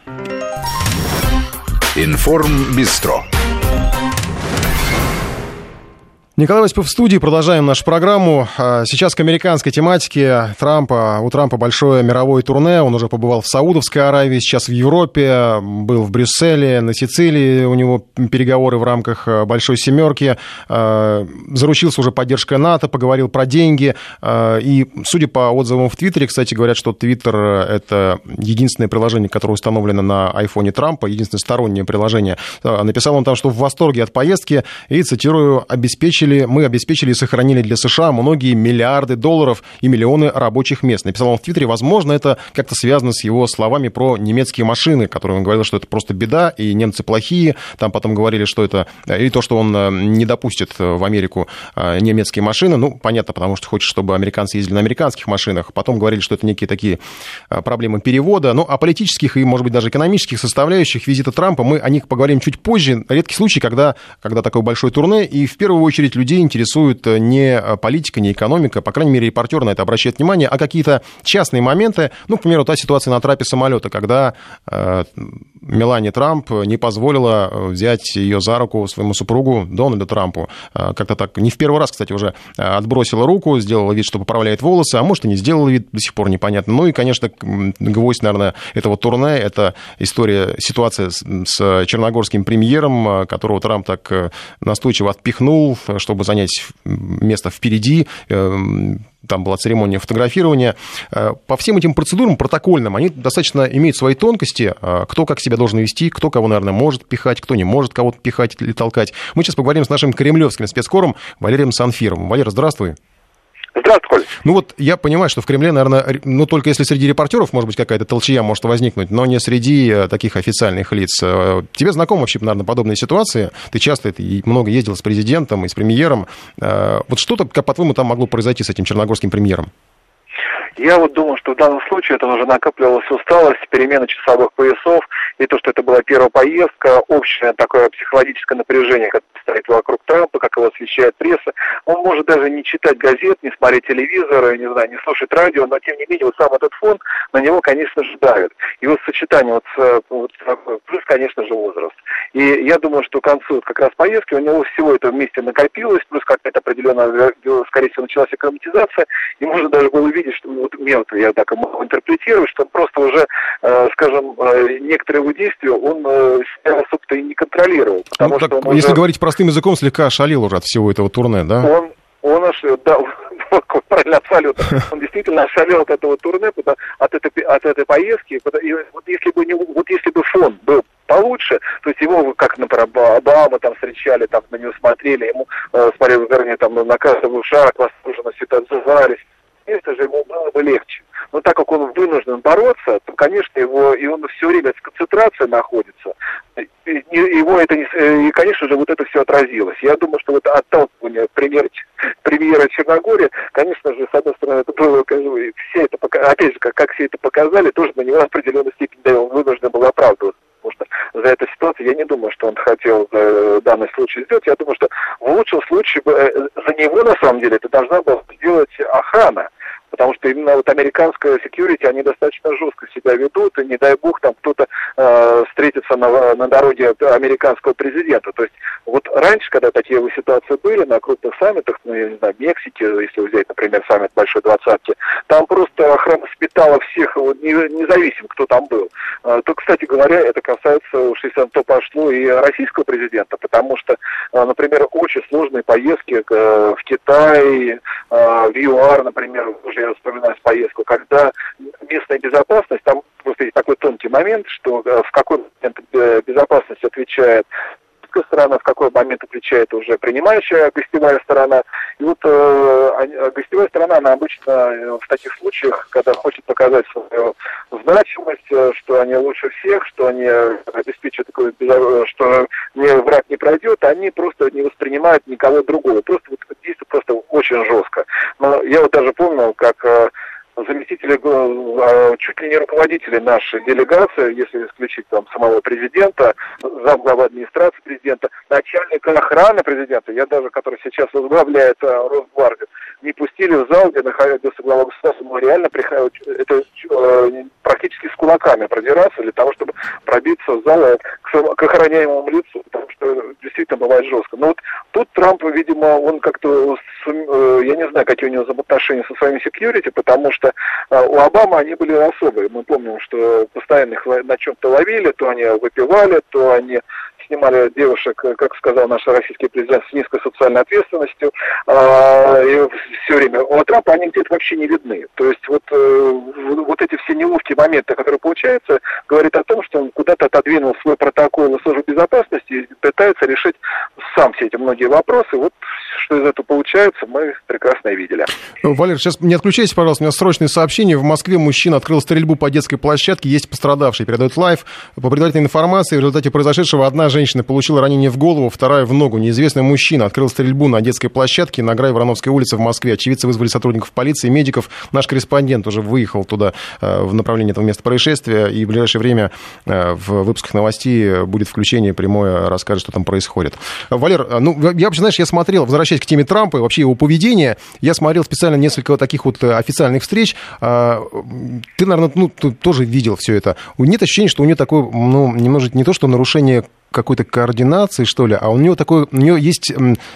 Информбистро. Николай Осипов в студии. Продолжаем нашу программу. Сейчас к американской тематике. У Трампа большое мировое турне. Он уже побывал в Саудовской Аравии, сейчас в Европе, был в Брюсселе, на Сицилии. У него переговоры в рамках Большой Семерки. Заручился уже поддержкой НАТО, поговорил про деньги. И, судя по отзывам в Твиттере, кстати, говорят, что Твиттер — это единственное приложение, которое установлено на айфоне Трампа, единственное стороннее приложение. Написал он там, что в восторге от поездки и, цитирую, мы обеспечили и сохранили для США многие миллиарды долларов и миллионы рабочих мест. Написал он в Твиттере. Возможно, это как-то связано с его словами про немецкие машины, которые он говорил, что это просто беда, и немцы плохие. Там потом говорили, что это... И то, что он не допустит в Америку немецкие машины. Ну, понятно, потому что хочет, чтобы американцы ездили на американских машинах. Потом говорили, что это некие такие проблемы перевода. Ну, о политических и, может быть, даже экономических составляющих визита Трампа мы о них поговорим чуть позже. Редкий случай, когда такое большое турне, и в первую очередь людей интересует не политика, не экономика, по крайней мере, репортеры на это обращают внимание, а какие-то частные моменты. Ну, к примеру, та ситуация на трапе самолета, когда Мелания Трамп не позволила взять ее за руку своему супругу Дональду Трампу. Как-то так, не в первый раз, кстати, уже отбросила руку, сделала вид, что поправляет волосы, а может, и не сделала вид, до сих пор непонятно. Ну и, конечно, гвоздь, наверное, этого турне — это ситуация с черногорским премьером, которого Трамп так настойчиво отпихнул, чтобы занять место впереди. Там была церемония фотографирования. По всем этим процедурам протокольным, они достаточно имеют свои тонкости. Кто как себя должен вести, кто кого, наверное, может пихать, кто не может кого-то пихать или толкать. Мы сейчас поговорим с нашим кремлевским спецкором Валерием Санфировым. Валера, здравствуй. Здравствуй, Коль. Ну вот я понимаю, что в Кремле, наверное, только если среди репортеров, может быть, какая-то толчья может возникнуть, но не среди таких официальных лиц. Тебе знакомы вообще, наверное, подобные ситуации? Ты часто и много ездил с президентом и с премьером. Вот что-то, как по-твоему, там могло произойти с этим черногорским премьером? Я вот думаю, что в данном случае это уже накапливалась усталость, перемена часовых поясов, и то, что это была первая поездка, общее такое психологическое напряжение, которое стоит вокруг Трампа, как его освещает пресса. Он может даже не читать газет, не смотреть телевизор, не знаю, не слушать радио, но тем не менее вот сам этот фон на него, конечно же, давит. И вот сочетание плюс, конечно же, возраст. И я думаю, что к концу как раз поездки у него всего это вместе накопилось, плюс какая-то определенная, скорее всего, началась акклиматизация, и можно даже было видеть, что я так могу интерпретировать, что он просто уже, скажем, некоторые его действия он себя особо-то и не контролировал. Потому что он если говорить простым языком, слегка ошалел уже от всего этого турне, да? Он правильно, абсолютно. Он действительно ошалел от этого турне, от этой поездки. И если бы фон был получше, то есть его, как, например, Обама там встречали, там на него смотрели, ему смотрели, вернее, там на каждый шаг восторженно все это отзывались, это же ему было бы легче. Но так как он вынужден бороться, то, конечно, он все время с концентрацией находится. И, конечно же, вот это все отразилось. Я думаю, что вот отталкивание премьера Черногории, конечно же, с одной стороны, это было, все это, опять же, как все это показали, тоже на него в определенной степени он вынужден был оправдываться. Потому что за эту ситуацию я не думаю, что он хотел данный случай сделать. Я думаю, что в лучшем случае за него, на самом деле, это должна была сделать охрана. Потому что именно вот американская security, они достаточно жестко себя ведут, и не дай бог там кто-то встретится на дороге американского президента. То есть вот раньше, когда такие ситуации были на крупных саммитах, я не знаю, в Мексике, если взять, например, саммит Большой Двадцатки, там просто охрана сметала всех, независимо, кто там был. То, кстати говоря, это касается, уж если на то пошло, и российского президента, потому что, например, очень сложные поездки в Китай, в ЮАР, например, уже я вспоминаю поездку, когда местная безопасность, там просто есть такой тонкий момент, что в какой момент безопасность отвечает сторона, в какой момент отвечает уже принимающая гостевая сторона. И вот гостевая сторона, она обычно в таких случаях, когда хочет показать свою значимость, что они лучше всех, что они обеспечивают такое, что враг не пройдет, они просто не воспринимают никого другого. Просто вот действуют просто очень жестко. Но я вот даже помню, как заместители, чуть ли не руководители нашей делегации, если исключить там самого президента, замглавы администрации президента, начальника охраны президента, я даже, который сейчас возглавляет Росгвардию, не пустили в зал, где находился глава государства, но реально это практически с кулаками продираться для того, чтобы пробиться в зал к охраняемому лицу, потому что действительно бывает жестко. Но вот тут Трамп, видимо, он как-то, я не знаю, какие у него взаимоотношения со своими секьюрити, потому что у Обамы они были особые. Мы помним, что постоянно их на чем-то ловили, то они выпивали, то они снимали девушек, как сказал наш российский президент, с низкой социальной ответственностью, и все время. У Трампа они где-то вообще не видны. То есть вот эти все неловкие моменты, которые получаются, говорят о том, что он куда-то отодвинул свой протокол службы безопасности и пытается решить сам все эти многие вопросы. Вот что из этого получается, мы прекрасно видели. Валерий, сейчас не отключайтесь, пожалуйста, у меня срочное сообщение. В Москве мужчина открыл стрельбу по детской площадке, есть пострадавший, передает лайв. По предварительной информации, в результате произошедшего одна женщина получила ранение в голову, вторая в ногу. Неизвестный мужчина открыл стрельбу на детской площадке на Грай-Вороновской улице в Москве. Очевидцы вызвали сотрудников полиции, медиков. Наш корреспондент уже выехал туда в направлении этого места происшествия, и в ближайшее время в выпусках новостей будет включение прямое, расскажет, что там происходит. Валер, я вообще, знаешь, я смотрел, возвращаясь к теме Трампа и вообще его поведения, я смотрел специально несколько таких вот официальных встреч. Ты, наверное, тоже видел все это. Нет ощущения, что у него такое, немножко не то, что нарушение какой-то координации, что ли, а у него есть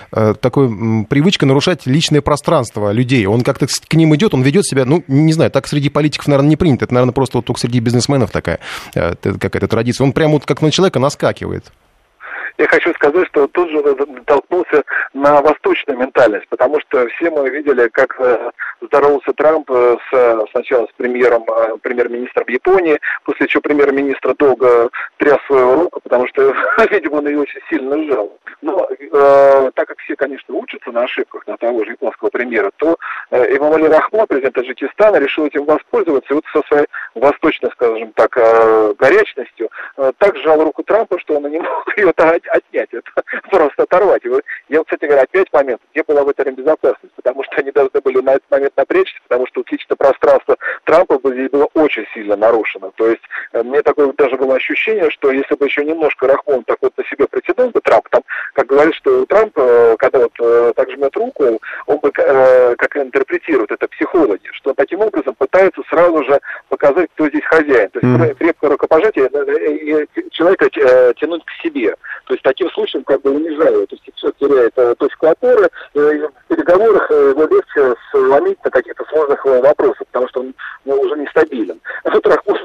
такая привычка нарушать личное пространство людей. Он как-то к ним идет, он ведет себя, не знаю, так среди политиков, наверное, не принято. Это, наверное, просто вот только среди бизнесменов такая какая-то традиция. Он прямо вот как на человека наскакивает. Я хочу сказать, что тут же натолкнулся на восточную ментальность, потому что все мы видели, как здоровался Трамп сначала с премьер-министром Японии, после чего премьер-министр долго тряс свою руку, потому что, видимо, он ее очень сильно сжал. Но так как все, конечно, учатся на ошибках на того же японского премьера, то Эмомали Рахмон, президент Таджикистана, решил этим воспользоваться и вот со своей восточной, скажем так, горячностью так сжал руку Трампа, что он не мог ее отнять, это просто оторвать его. Я, кстати говоря, опять момент, где была в этом безопасность, потому что они должны были на этот момент напрячься, потому что личное пространство Трампа здесь было очень сильно нарушено. То есть мне такое даже было ощущение, что если бы еще немножко Рахмон так вот на себя притянул бы Трамп, там, как говорят, что Трамп, когда вот так жмет руку, он бы, как интерпретирует это психологи, что таким образом пытается сразу же показать, кто здесь хозяин. То есть крепкое рукопожатие человека тянуть к себе. То есть таким случаем как бы унижают. То есть человек теряет точку опоры, и в переговорах его легче сломить на каких-то сложных вопросах, потому что он уже нестабилен. Вот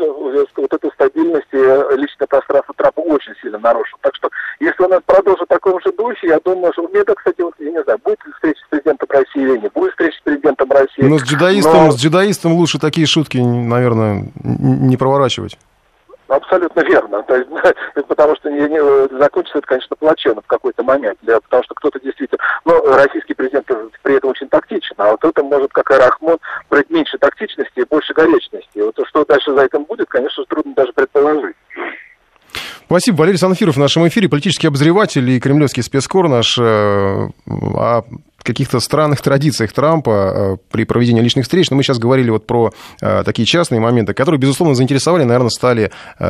эту стабильность личное пространство Трампа очень сильно нарушил. Так что, если он продолжит в таком же духе, я думаю, что мне это, кстати, я не знаю, будет ли встреча с президентом России или не будет встреча с президентом России. Но с джедаистом лучше такие шутки, наверное, не проворачивать. Абсолютно верно. То есть, потому что закончится это, конечно, плачевно в какой-то момент. Потому что кто-то действительно... российский президент при этом очень тактичен, а вот это может, как и Рахмон, брать меньше тактичности и больше горячности. Вот что дальше за этим будет, конечно, трудно даже предположить. Спасибо. Валерий Санфиров в нашем эфире, политический обозреватель и кремлевский спецкор наш о каких-то странных традициях Трампа при проведении личных встреч. Но мы сейчас говорили вот про такие частные моменты, которые, безусловно, заинтересовали, наверное, стали,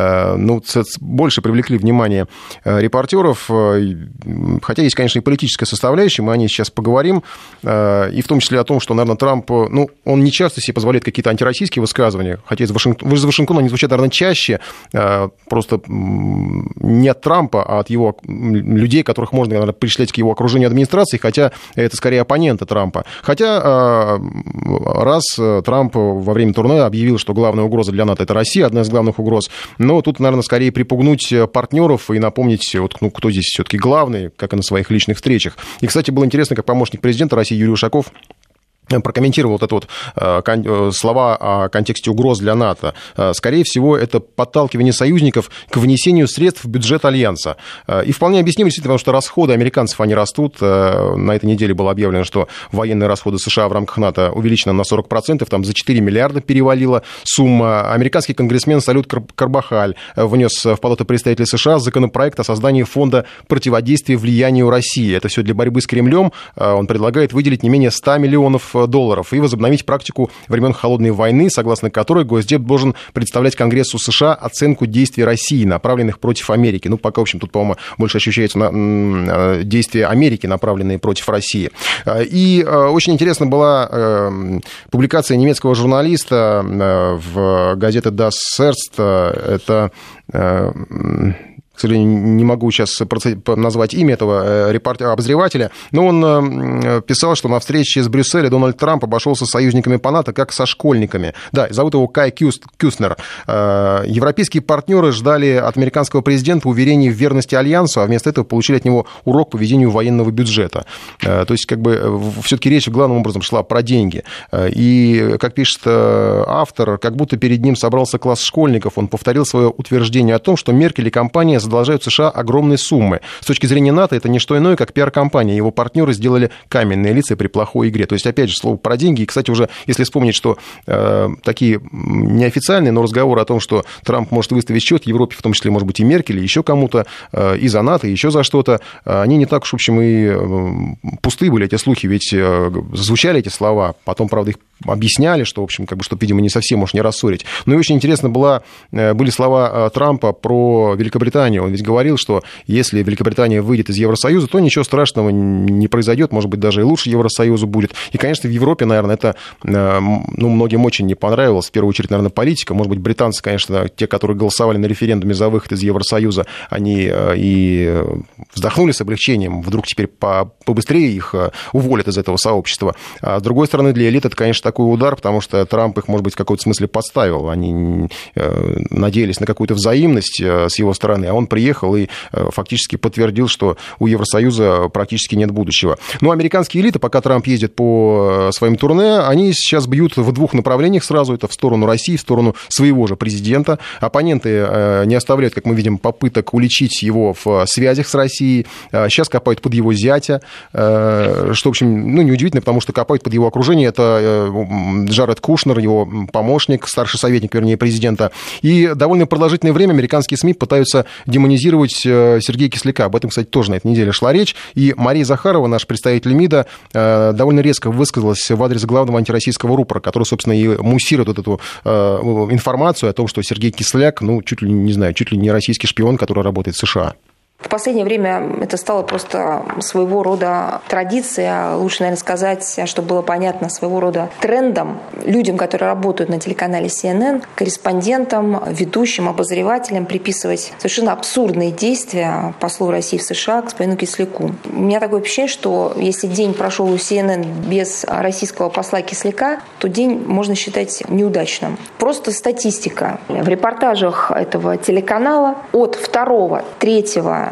больше привлекли внимание репортеров. Хотя есть, конечно, и политическая составляющая, мы о ней сейчас поговорим. И в том числе о том, что, наверное, Трамп, он не часто себе позволяет какие-то антироссийские высказывания, хотя из Вашингтона они звучат, наверное, чаще, просто не от Трампа, а от его людей, которых можно, наверное, причислять к его окружению администрации, хотя это скорее оппоненты Трампа. Хотя раз Трамп во время турне объявил, что главная угроза для НАТО — это Россия, одна из главных угроз, но тут, наверное, скорее припугнуть партнеров и напомнить, кто здесь все-таки главный, как и на своих личных встречах. И, кстати, было интересно, как помощник президента России Юрий Ушаков прокомментировал вот это слова о контексте угроз для НАТО. Скорее всего, это подталкивание союзников к внесению средств в бюджет Альянса. И вполне объяснимо, действительно, потому что расходы американцев, они растут. На этой неделе было объявлено, что военные расходы США в рамках НАТО увеличены на 40%, там за 4 миллиарда перевалила сумма. Американский конгрессмен Салют Карбахаль внес в Палату представителей США законопроект о создании фонда противодействия влиянию России. Это все для борьбы с Кремлем. Он предлагает выделить не менее 100 миллионов долларов и возобновить практику времен Холодной войны, согласно которой Госдеп должен представлять Конгрессу США оценку действий России, направленных против Америки. Ну, пока, в общем, тут, по-моему, больше ощущается действия Америки, направленные против России. И очень интересна была публикация немецкого журналиста в газете Das Erste. Это... К сожалению, не могу сейчас назвать имя этого обозревателя, но он писал, что на встрече с Брюсселем Дональд Трамп обошелся с союзниками по НАТО как со школьниками. Да, зовут его Кай Кюстнер. Европейские партнеры ждали от американского президента уверений в верности альянсу, а вместо этого получили от него урок по ведению военного бюджета. То есть, как бы, все-таки речь главным образом шла про деньги. И, как пишет автор, как будто перед ним собрался класс школьников, он повторил свое утверждение о том, что Меркель и компания задолжают США огромные суммы. С точки зрения НАТО это не что иное, как пиар-компания. Его партнеры сделали каменные лица при плохой игре. То есть, опять же, слово про деньги. И, кстати, уже если вспомнить, что такие неофициальные, но разговоры о том, что Трамп может выставить счет Европе, в том числе, может быть, и Меркель, и еще кому-то, и за НАТО, и еще за что-то, они не так уж, в общем, и пустые были, эти слухи. Ведь звучали эти слова, потом, правда, их объясняли, что, в общем, как бы, чтобы, видимо, не совсем уж не рассорить. Ну и очень интересно были слова Трампа про Великобританию. Он ведь говорил, что если Великобритания выйдет из Евросоюза, то ничего страшного не произойдет, может быть, даже и лучше Евросоюзу будет. И, конечно, в Европе, наверное, это многим очень не понравилось. В первую очередь, наверное, политика. Может быть, британцы, конечно, те, которые голосовали на референдуме за выход из Евросоюза, они и вздохнули с облегчением. Вдруг теперь побыстрее их уволят из этого сообщества. А с другой стороны, для элит это, конечно, такой удар, потому что Трамп их, может быть, в каком-то смысле подставил. Они надеялись на какую-то взаимность с его стороны, а он приехал и фактически подтвердил, что у Евросоюза практически нет будущего. Но американские элиты, пока Трамп ездит по своим турне, они сейчас бьют в двух направлениях сразу. Это в сторону России, в сторону своего же президента. Оппоненты не оставляют, как мы видим, попыток уличить его в связях с Россией. Сейчас копают под его зятя, что, в общем, неудивительно, потому что копают под его окружение. Это Джаред Кушнер, его помощник, старший советник, вернее, президента. И довольно продолжительное время американские СМИ пытаются демонизировать Сергея Кисляка. Об этом, кстати, тоже на этой неделе шла речь. И Мария Захарова, наш представитель МИДа, довольно резко высказалась в адрес главного антироссийского рупора, который, собственно, и муссирует вот эту информацию о том, что Сергей Кисляк, чуть ли не российский шпион, который работает в США. В последнее время это стало просто своего рода традиция, лучше, наверное, сказать, чтобы было понятно, своего рода трендом. Людям, которые работают на телеканале CNN, корреспондентам, ведущим, обозревателям приписывать совершенно абсурдные действия послу России в США господину Кисляку. У меня такое впечатление, что если день прошел у CNN без российского посла Кисляка, то день можно считать неудачным. Просто статистика. В репортажах этого телеканала от 2, 3,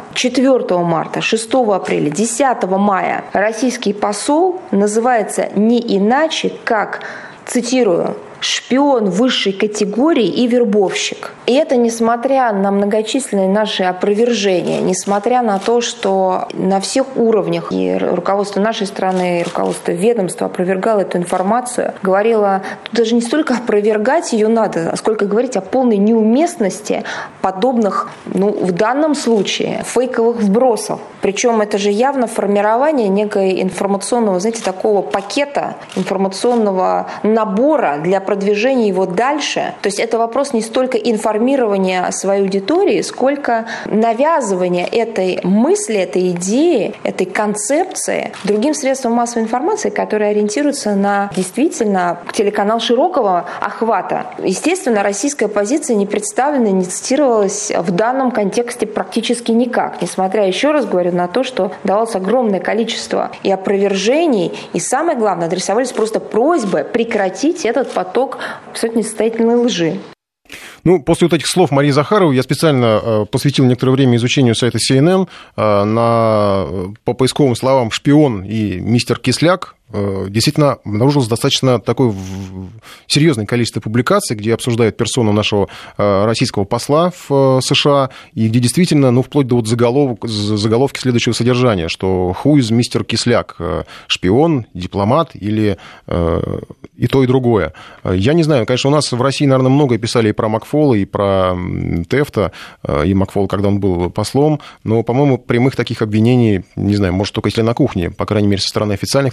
4 марта, 6 апреля, 10 мая российский посол называется не иначе, как, цитирую, «шпион высшей категории и вербовщик». И это несмотря на многочисленные наши опровержения, несмотря на то, что на всех уровнях и руководство нашей страны, и руководство ведомства опровергало эту информацию, говорило, тут даже не столько опровергать ее надо, сколько говорить о полной неуместности подобных, в данном случае, фейковых вбросов. Причем это же явно формирование некого информационного, такого пакета, информационного набора для продвижения его дальше. То есть это вопрос не столько информирования своей аудитории, сколько навязывания этой мысли, этой идеи, этой концепции другим средствам массовой информации, которые ориентируются на действительно телеканал широкого охвата. Естественно, российская позиция не представлена, не цитировалась в данном контексте практически никак, несмотря, еще раз говорю, на то, что давалось огромное количество и опровержений, и самое главное, адресовались просто просьбы прекратить этот поток абсолютно несостоятельной лжи. После вот этих слов Марии Захаровой я специально посвятил некоторое время изучению сайта CNN. По поисковым словам «шпион» и «мистер Кисляк» действительно обнаружилось достаточно такое серьезное количество публикаций, где обсуждают персону нашего российского посла в США, и где действительно, вплоть до заголовки следующего содержания, что «Who is Mr. Кисляк?» Шпион, дипломат или и то, и другое. Я не знаю, конечно, у нас в России, наверное, много писали и про Макфола, и про Тефта, и Макфол, когда он был послом, но, по-моему, прямых таких обвинений, не знаю, может, только если на кухне, по крайней мере, со стороны официальных, в том числе лиц,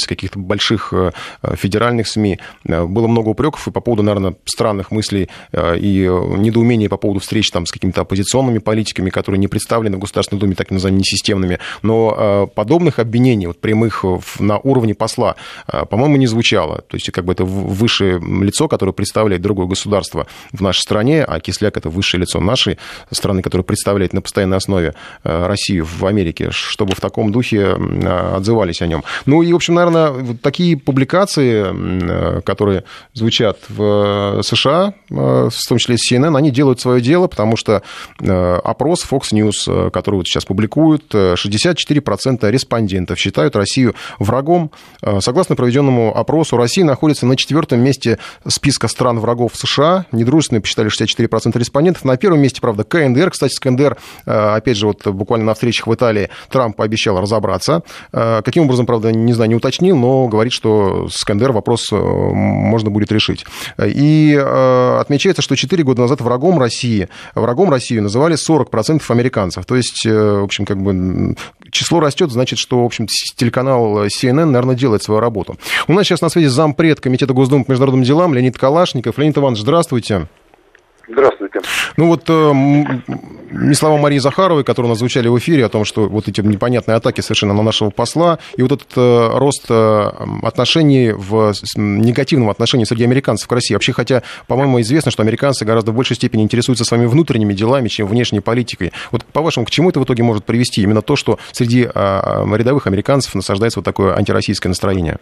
из каких-то больших федеральных СМИ. Было много упреков и по поводу, наверное, странных мыслей и недоумений по поводу встреч там, с какими-то оппозиционными политиками, которые не представлены в Государственной Думе, так называемыми несистемными. Но подобных обвинений, вот, прямых на уровне посла, по-моему, не звучало. То есть как бы это высшее лицо, которое представляет другое государство в нашей стране, а Кисляк — это высшее лицо нашей страны, которое представляет на постоянной основе Россию в Америке, чтобы в таком духе отзывались о нем. Ну и, в общем, наверное, вот такие публикации, которые звучат в США, в том числе с CNN, они делают свое дело, потому что опрос Fox News, который вот сейчас публикуют, 64% респондентов считают Россию врагом. Согласно проведенному опросу, Россия находится на 4-м месте списка стран врагов США. Недружественные посчитали 64% респондентов. На 1-м месте, правда, КНДР. Кстати, с КНДР, опять же, вот буквально на встречах в Италии Трамп пообещал разобраться. Каким образом, правда, не знаю, не уточнил, но говорит, что с КНДР вопрос можно будет решить. И отмечается, что 4 года назад врагом Россию называли 40% американцев. То есть, в общем, как бы число растет, значит, что, в общем, телеканал CNN, наверное, делает свою работу. У нас сейчас на связи зампред Комитета Госдумы по международным делам Леонид Калашников. Леонид Иванович, здравствуйте. Здравствуйте. Ну вот не слова Марии Захаровой, которые у нас звучали в эфире, о том, что вот эти непонятные атаки совершенно на нашего посла, и вот этот рост отношений, негативного отношения среди американцев к России. Вообще, хотя, по-моему, известно, что американцы гораздо в большей степени интересуются своими внутренними делами, чем внешней политикой. Вот, по-вашему, к чему это в итоге может привести? Именно то, что среди рядовых американцев насаждается вот такое антироссийское настроение?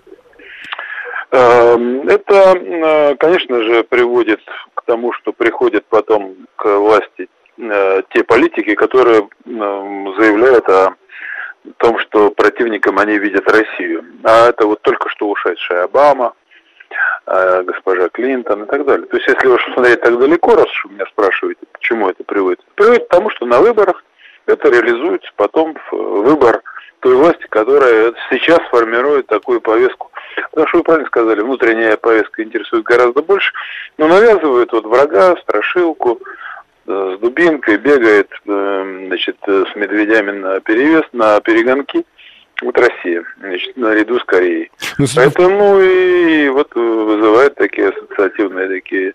Это, конечно же, приводит к тому, что приходят потом к власти те политики, которые заявляют о том, что противником они видят Россию. А это вот только что ушедшая Обама, госпожа Клинтон и так далее. То есть, если уж смотреть так далеко, раз уж вы меня спрашиваете, к чему это приводит? Приводит к тому, что на выборах это реализуется потом в выбор той власти, которая сейчас формирует такую повестку. Потому что вы правильно сказали, внутренняя повестка интересует гораздо больше, но навязывают вот врага, страшилку, с дубинкой, бегает, значит, с медведями на перегонки. Вот Россия, значит, наряду с Кореей. Поэтому и вот вызывает такие ассоциативные, такие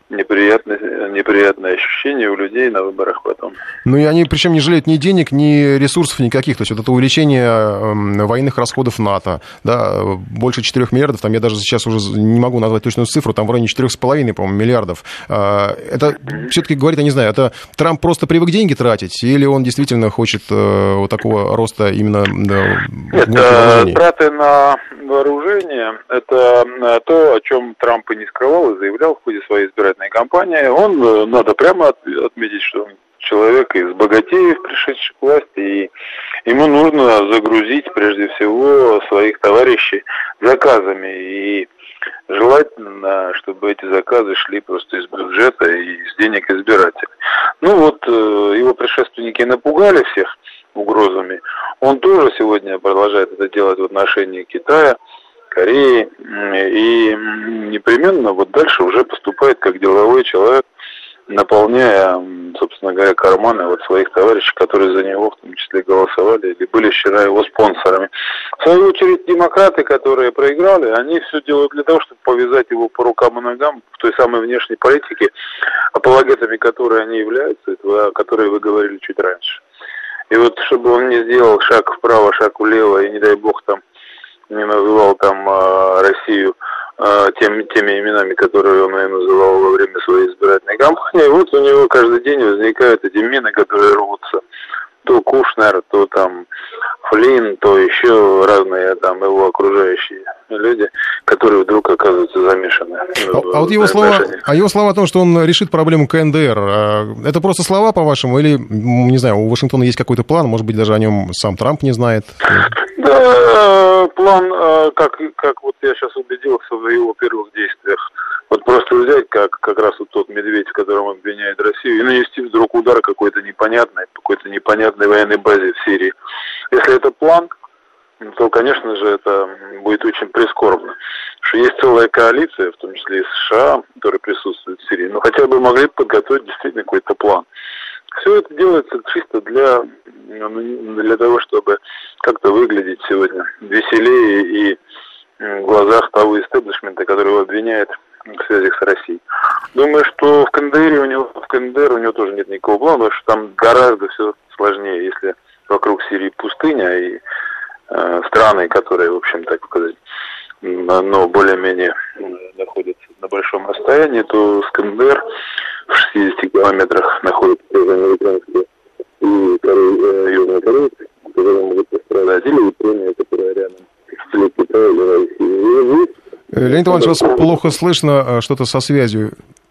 неприятные ощущения у людей на выборах потом. Ну и они причем не жалеют ни денег, ни ресурсов никаких. То есть вот это увеличение военных расходов НАТО, да, больше 4 миллиардов, там я даже сейчас уже не могу назвать точную цифру, там в районе 4,5, по-моему, миллиардов. Это все-таки говорит, я не знаю, это Трамп просто привык деньги тратить, или он действительно хочет вот такого роста именно вооружений? Траты на вооружение, это то, о чем Трамп и не скрывал и заявлял в ходе своей избирательной кампании. Он, надо прямо отметить, что он человек из богатеев, пришедший к власти, и ему нужно загрузить прежде всего своих товарищей заказами, и желательно, чтобы эти заказы шли просто из бюджета и из денег избирателей. Ну вот, его предшественники напугали всех угрозами. Он тоже сегодня продолжает это делать в отношении Китая, Кореи, и непременно вот дальше уже поступает как деловой человек, наполняя, собственно говоря, карманы вот своих товарищей, которые за него в том числе голосовали или были вчера его спонсорами. В свою очередь, демократы, которые проиграли, они все делают для того, чтобы повязать его по рукам и ногам в той самой внешней политике, апологетами которой они являются, о которой вы говорили чуть раньше. И вот чтобы он не сделал шаг вправо, шаг влево, и не дай бог там не называл там Россию теми именами, которые он ее называл во время своей избирательной кампании. Вот у него каждый день возникают эти мины, которые рвутся. То Кушнер, то там Флинн, то еще разные там его окружающие люди, которые вдруг оказываются замешаны. А вот его слова о том, что он решит проблему КНДР, это просто слова, по-вашему, или, не знаю, у Вашингтона есть какой-то план, может быть, даже о нем сам Трамп не знает? Да, план, как вот я сейчас убедился в его первых действиях, вот просто взять, как раз вот тот медведь, в котором он обвиняет Россию, и нанести вдруг удар какой-то непонятной военной базе в Сирии. Если это план, то, конечно же, это будет очень прискорбно. Потому что есть целая коалиция, в том числе и США, которые присутствуют в Сирии, но хотя бы могли подготовить действительно какой-то план. Все это делается чисто для того, чтобы как-то выглядеть сегодня веселее и в глазах того истеблишмента, который его обвиняет в связях с Россией. Думаю, что в КНДР у него тоже нет никакого плана, потому что там гораздо все сложнее, если вокруг Сирии пустыня и страны, которые, в общем, так сказать, но более-менее находятся на большом расстоянии, то с КНДР в 60 километрах находятся американские и южнокорейцы, которые могут пострадать, или Япония, которая рядом, или Китай, или Россия. Леонид Иванович, вас плохо слышно, что-то со связью.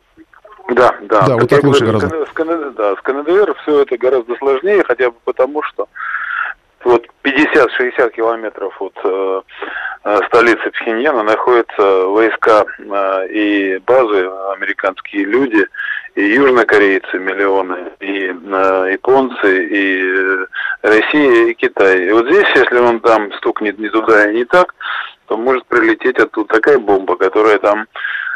Да, вот так лучше гораздо. С КНДР все это гораздо сложнее, хотя бы потому, что вот 50-60 километров от столицы Пхеньяна находятся войска и базы, американские люди, и южнокорейцы миллионы, и японцы, и Россия, и Китай. И вот здесь, если он там стукнет не туда и не так, то может прилететь оттуда такая бомба, которая там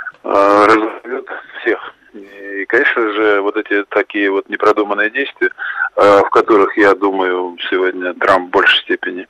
разорвет всех. И, конечно же, вот эти такие вот непродуманные действия, в которых, я думаю, сегодня Трамп в большей степени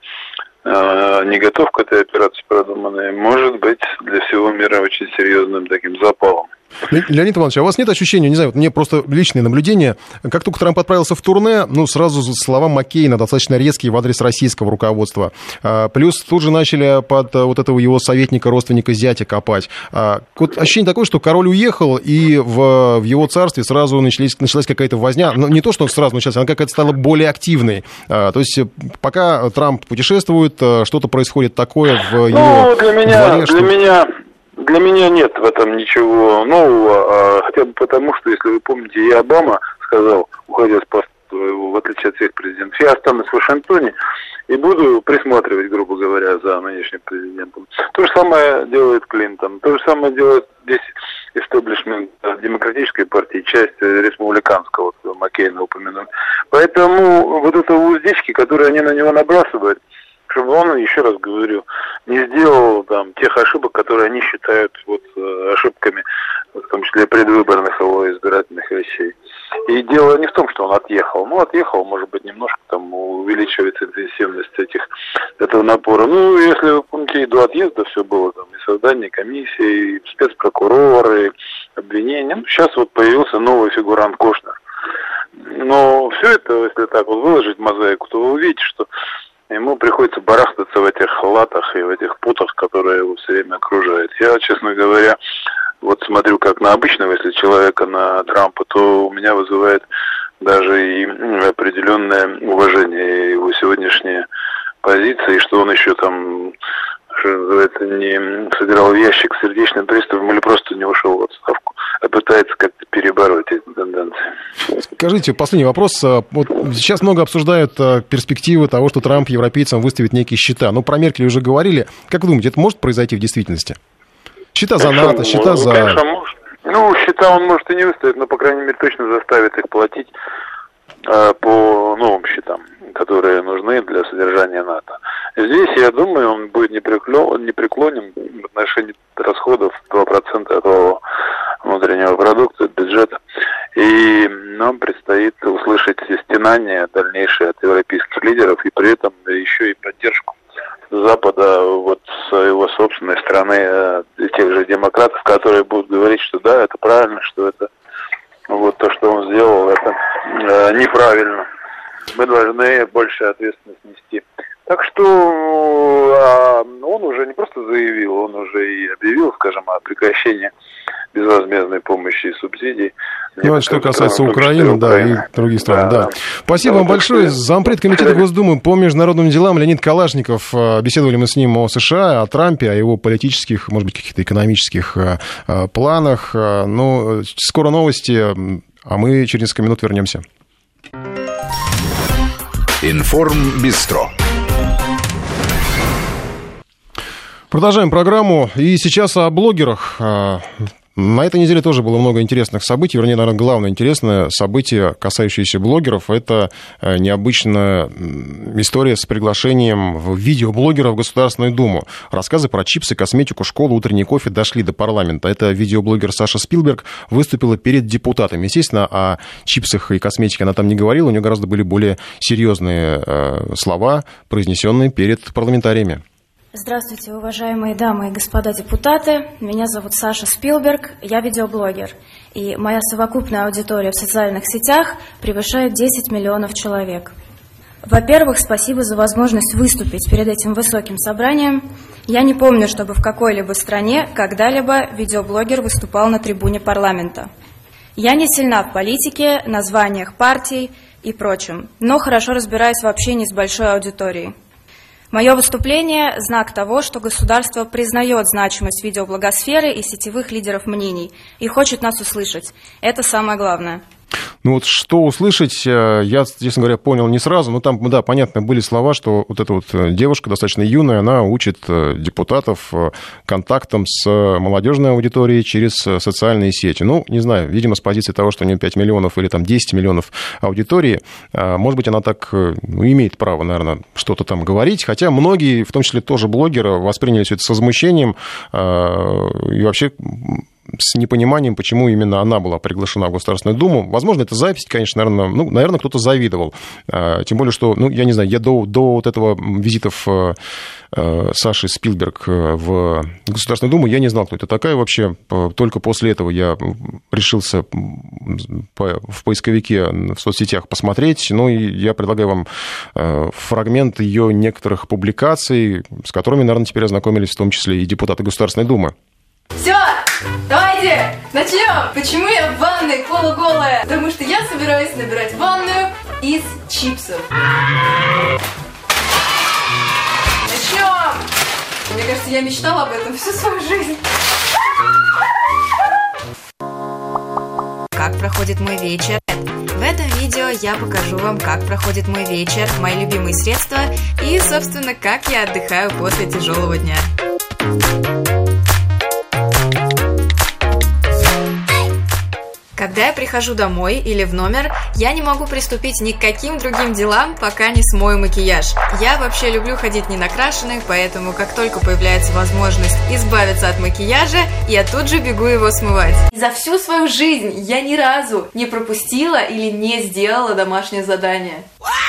не готов к этой операции продуманной, может быть для всего мира очень серьезным таким запалом. Леонид Иванович, а у вас нет ощущения, не знаю, вот мне просто личное наблюдение, как только Трамп отправился в турне, сразу слова Маккейна достаточно резкие в адрес российского руководства. Плюс тут же начали под вот этого его советника, родственника, зятя копать. Вот ощущение такое, что король уехал, и в его царстве сразу началась какая-то возня. Ну, не то, что он сразу начался, она какая-то стала более активной. То есть пока Трамп путешествует, что-то происходит такое в его дворе, Для меня нет в этом ничего нового, хотя бы потому, что, если вы помните, и Обама сказал, уходя с поста, в отличие от всех президентов, я останусь в Вашингтоне и буду присматривать, грубо говоря, за нынешним президентом. То же самое делает Клинтон, то же самое делает здесь истеблишмент демократической партии, часть республиканского, вот Маккейна упомянул. Поэтому вот это уздечки, которые они на него набрасывают, чтобы он, еще раз говорю, не сделал там тех ошибок, которые они считают вот ошибками, в том числе предвыборных его избирательных вещей. И дело не в том, что он отъехал. Отъехал, может быть, немножко там увеличивается интенсивность этого напора. Если вы помните, и до отъезда все было, там, и создание комиссии, и спецпрокуроры, обвинения. Сейчас вот появился новый фигурант Кошнер. Но все это, если так вот выложить мозаику, то вы увидите, что ему приходится барахтаться в этих латах и в этих путах, которые его все время окружают. Я, честно говоря, вот смотрю как на обычного, если человека, на Трампа, то у меня вызывает даже и определенное уважение его сегодняшняя позиция, и что он еще там, что называется, не сыграл в ящик с сердечным приступом или просто не ушел в отставку, а пытается как-то перебороть эти тенденции. Скажите, последний вопрос. Вот сейчас много обсуждают перспективы того, что Трамп европейцам выставит некие счета. Про Меркель уже говорили. Как вы думаете, это может произойти в действительности? Счета за НАТО, счета за... Конечно, может. Счета он может и не выставить, но, по крайней мере, точно заставит их платить по новым счетам, которые нужны для содержания НАТО. Здесь, я думаю, он будет непреклонен в отношении расходов 2% от внутреннего продукта, бюджета. И нам предстоит услышать стенания дальнейшие от европейских лидеров, и при этом еще и поддержку Запада, вот с его собственной стороны, тех же демократов, которые будут говорить, что да, это правильно, что это вот то, что он сделал, это неправильно. Мы должны больше ответственность нести. Так что он уже не просто заявил, он уже и объявил, скажем, о прекращении безвозмездной помощи и субсидий. Что касается Украины, и других стран, да. Спасибо вам большое. Зампред комитета Госдумы по международным делам Леонид Калашников. Беседовали мы с ним о США, о Трампе, о его политических, может быть, каких-то экономических планах. Скоро новости, а мы через несколько минут вернемся. Информбистро. Продолжаем программу. И сейчас о блогерах. На этой неделе тоже было много интересных событий. Вернее, наверное, главное интересное событие, касающееся блогеров, это необычная история с приглашением видеоблогеров в Государственную Думу. Рассказы про чипсы, косметику, школу, утренний кофе дошли до парламента. Это видеоблогер Саша Спилберг выступила перед депутатами. Естественно, о чипсах и косметике она там не говорила. У нее гораздо были более серьезные слова, произнесенные перед парламентариями. Здравствуйте, уважаемые дамы и господа депутаты. Меня зовут Саша Спилберг, я видеоблогер. И моя совокупная аудитория в социальных сетях превышает 10 миллионов человек. Во-первых, спасибо за возможность выступить перед этим высоким собранием. Я не помню, чтобы в какой-либо стране когда-либо видеоблогер выступал на трибуне парламента. Я не сильна в политике, названиях партий и прочем, но хорошо разбираюсь в общении с большой аудиторией. Мое выступление – знак того, что государство признает значимость видеоблогосферы и сетевых лидеров мнений и хочет нас услышать. Это самое главное. Ну вот что услышать, я, честно говоря, понял не сразу. Но там, да, понятно, были слова, что вот эта вот девушка достаточно юная, она учит депутатов контактам с молодежной аудиторией через социальные сети. Ну, не знаю, видимо, с позиции того, что у нее 5 миллионов или там 10 миллионов аудитории, может быть, она так имеет право, наверное, что-то там говорить. Хотя многие, в том числе тоже блогеры, восприняли все это с возмущением и вообще с непониманием, почему именно она была приглашена в Государственную Думу. Возможно, это запись, конечно, наверное, кто-то завидовал. Тем более, что, я не знаю, я до вот этого визитов Саши Спилберг в Государственную Думу, я не знал, кто это такая вообще. Только после этого я решился в поисковике в соцсетях посмотреть. Ну, и я предлагаю вам фрагмент ее некоторых публикаций, с которыми, наверное, теперь ознакомились в том числе и депутаты Государственной Думы. Все, давайте начнем. Почему я в ванной полуголая? Потому что я собираюсь набирать ванную из чипсов. Начнем. Мне кажется, я мечтала об этом всю свою жизнь. Как проходит мой вечер? В этом видео я покажу вам, как проходит мой вечер, мои любимые средства и, собственно, как я отдыхаю после тяжелого дня. Когда я прихожу домой или в номер, я не могу приступить ни к каким другим делам, пока не смою макияж. Я вообще люблю ходить ненакрашенной, поэтому как только появляется возможность избавиться от макияжа, я тут же бегу его смывать. За всю свою жизнь я ни разу не пропустила или не сделала домашнее задание.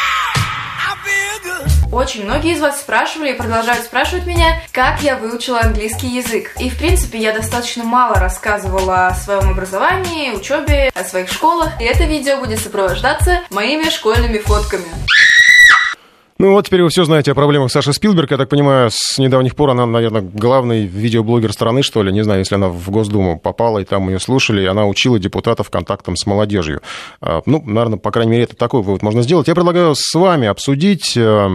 Очень многие из вас спрашивали и продолжают спрашивать меня, как я выучила английский язык. И, в принципе, я достаточно мало рассказывала о своем образовании, учебе, о своих школах. И это видео будет сопровождаться моими школьными фотками. Ну вот теперь вы все знаете о проблемах Саши Спилберг. Я так понимаю, с недавних пор она, наверное, главный видеоблогер страны, что ли. Не знаю, если она в Госдуму попала, и там ее слушали, и она учила депутатов контактам с молодежью. Ну, наверное, по крайней мере, это такой вывод можно сделать. Я предлагаю с вами обсудить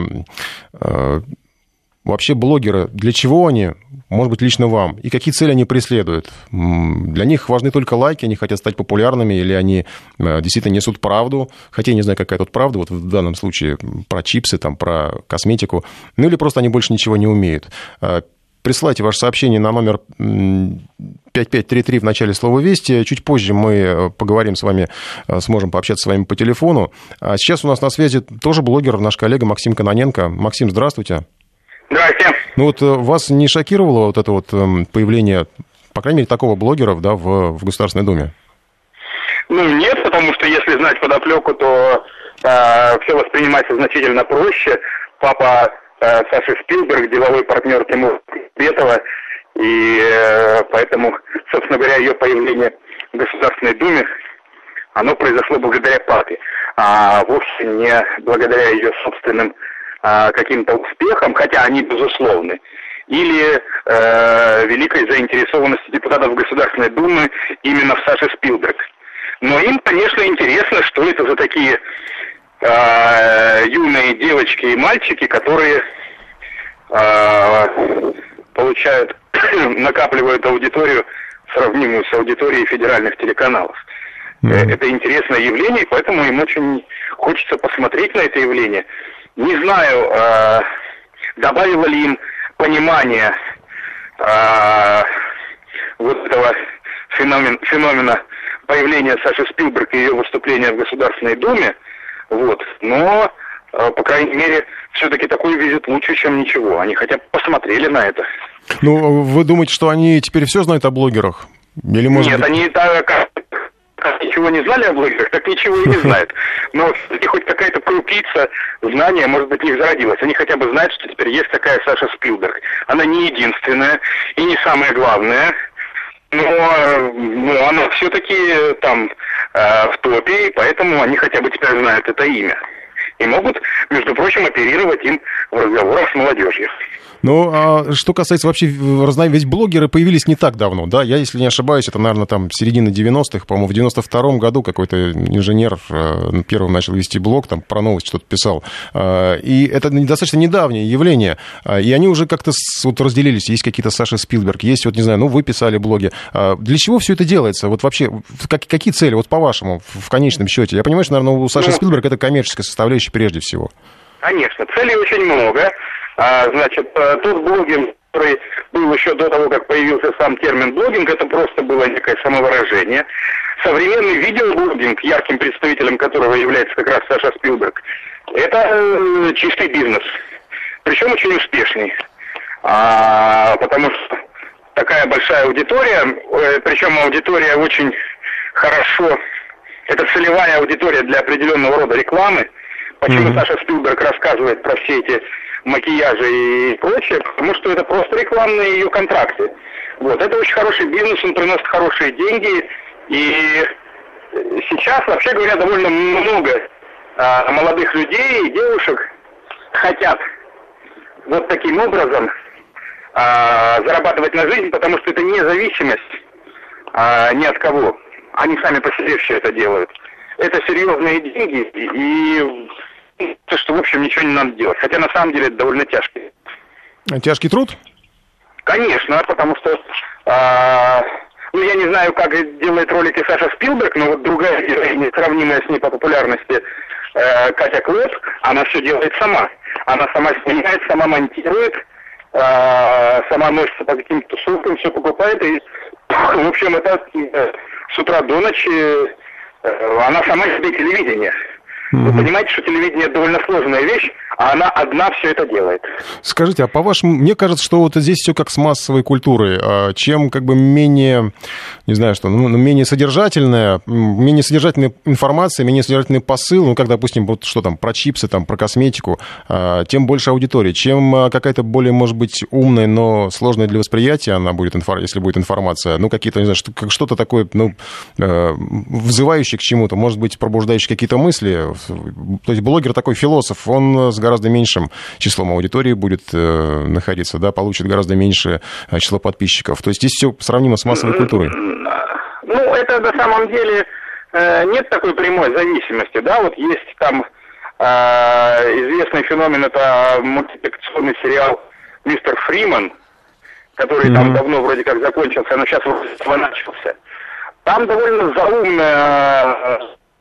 вообще блогеры, для чего они, может быть, лично вам, и какие цели они преследуют. Для них важны только лайки, они хотят стать популярными, или они действительно несут правду, хотя я не знаю, какая тут правда, вот в данном случае про чипсы, там, про косметику, ну или просто они больше ничего не умеют. Присылайте ваше сообщение на номер 5533 в начале слова «Вести». Чуть позже мы поговорим с вами, сможем пообщаться с вами по телефону. А сейчас у нас на связи тоже блогер, наш коллега Максим Кононенко. Максим, здравствуйте. Здравствуйте. Ну вот вас не шокировало вот это вот появление, по крайней мере, такого блогера, да, в Государственной Думе? Ну, нет, потому что если знать подоплеку, то все воспринимается значительно проще. Папа Саши Спилберг, деловой партнер Тимура Бекмамбетова, и поэтому, собственно говоря, ее появление в Государственной Думе, оно произошло благодаря папе, а вовсе не благодаря ее собственным каким-то успехам, хотя они безусловны, или великой заинтересованности депутатов Государственной Думы именно в Саше Спилберг. Но им, конечно, интересно, что это за такие юные девочки и мальчики, которые получают, накапливают аудиторию, сравнимую с аудиторией федеральных телеканалов. Это интересное явление, и поэтому им очень хочется посмотреть на это явление. Не знаю, добавило ли им понимание вот этого феномена появления Саши Спилберг и ее выступления в Государственной Думе, вот, но, по крайней мере, все-таки такой визит лучше, чем ничего. Они хотя бы посмотрели на это. Ну, вы думаете, что они теперь все знают о блогерах? Или, может Нет, быть... они как ничего не знали о блогерах, так ничего и не знают. Но все-таки хоть какая-то крупица знания, может быть, в них зародилась. Они хотя бы знают, что теперь есть такая Саша Спилберг. Она не единственная и не самая главная. Но она все-таки там в топе, и поэтому они хотя бы теперь знают это имя. И могут, между прочим, оперировать им в разговорах с молодежью. Ну, а что касается вообще, ведь блогеры появились не так давно, да? Я, если не ошибаюсь, это, наверное, там середина 90-х, по-моему, в 92-м году какой-то инженер первым начал вести блог, там про новости что-то писал. И это достаточно недавнее явление. И они уже как-то вот разделились. Есть какие-то Саши Спилберг, есть, вот не знаю, ну, вы писали блоги. Для чего все это делается? Вот вообще, какие цели, вот по-вашему, в конечном счете? Я понимаю, что, наверное, у Саши Спилберг это коммерческая составляющая прежде всего. Конечно, целей очень много. Значит, тот блогинг, который был еще до того, как появился сам термин блогинг, это просто было некое самовыражение. Современный видеоблогинг, ярким представителем которого является как раз Саша Спилберг, это чистый бизнес. Причем очень успешный. Потому что такая большая аудитория, причем аудитория очень хорошо, это целевая аудитория для определенного рода рекламы. Почему Саша Спилберг рассказывает про все эти макияжи и прочее? Потому что это просто рекламные ее контракты. Вот. Это очень хороший бизнес, он приносит хорошие деньги. И сейчас, вообще говоря, довольно много молодых людей и девушек хотят вот таким образом зарабатывать на жизнь, потому что это независимость ни от кого. Они сами по себе все это делают. Это серьезные деньги, и то, что, в общем, ничего не надо делать. Хотя, на самом деле, это довольно тяжкий. Тяжкий труд? Конечно, потому что, я не знаю, как делает ролики Саша Спилберг, но вот другая героиня, сравнимая с ней по популярности, Катя Клэп, она все делает сама. Она сама снимает, сама монтирует, сама носится по каким-то тусовкам, все покупает, и, в общем, это с утра до ночи она сама себе телевидение. Вы понимаете, что телевидение довольно сложная вещь, а она одна все это делает. Скажите, а по-вашему, мне кажется, что вот здесь все как с массовой культурой. Чем как бы менее, не знаю что, менее содержательная информация, менее содержательный посыл, как, допустим, вот что там, про чипсы, там, про косметику, тем больше аудитории. Чем какая-то более, может быть, умная, но сложная для восприятия она будет, если будет информация, какие-то, не знаю, что-то такое, взывающее к чему-то, может быть, пробуждающее какие-то мысли. То есть блогер такой философ, он с гораздо меньшим числом аудитории будет находиться, да, получит гораздо меньшее число подписчиков. То есть здесь все сравнимо с массовой культурой. Это на самом деле нет такой прямой зависимости, да, вот есть там известный феномен, это мультипликационный сериал «Мистер Фриман», который там давно вроде как закончился, но сейчас вроде начался. Там довольно заумная...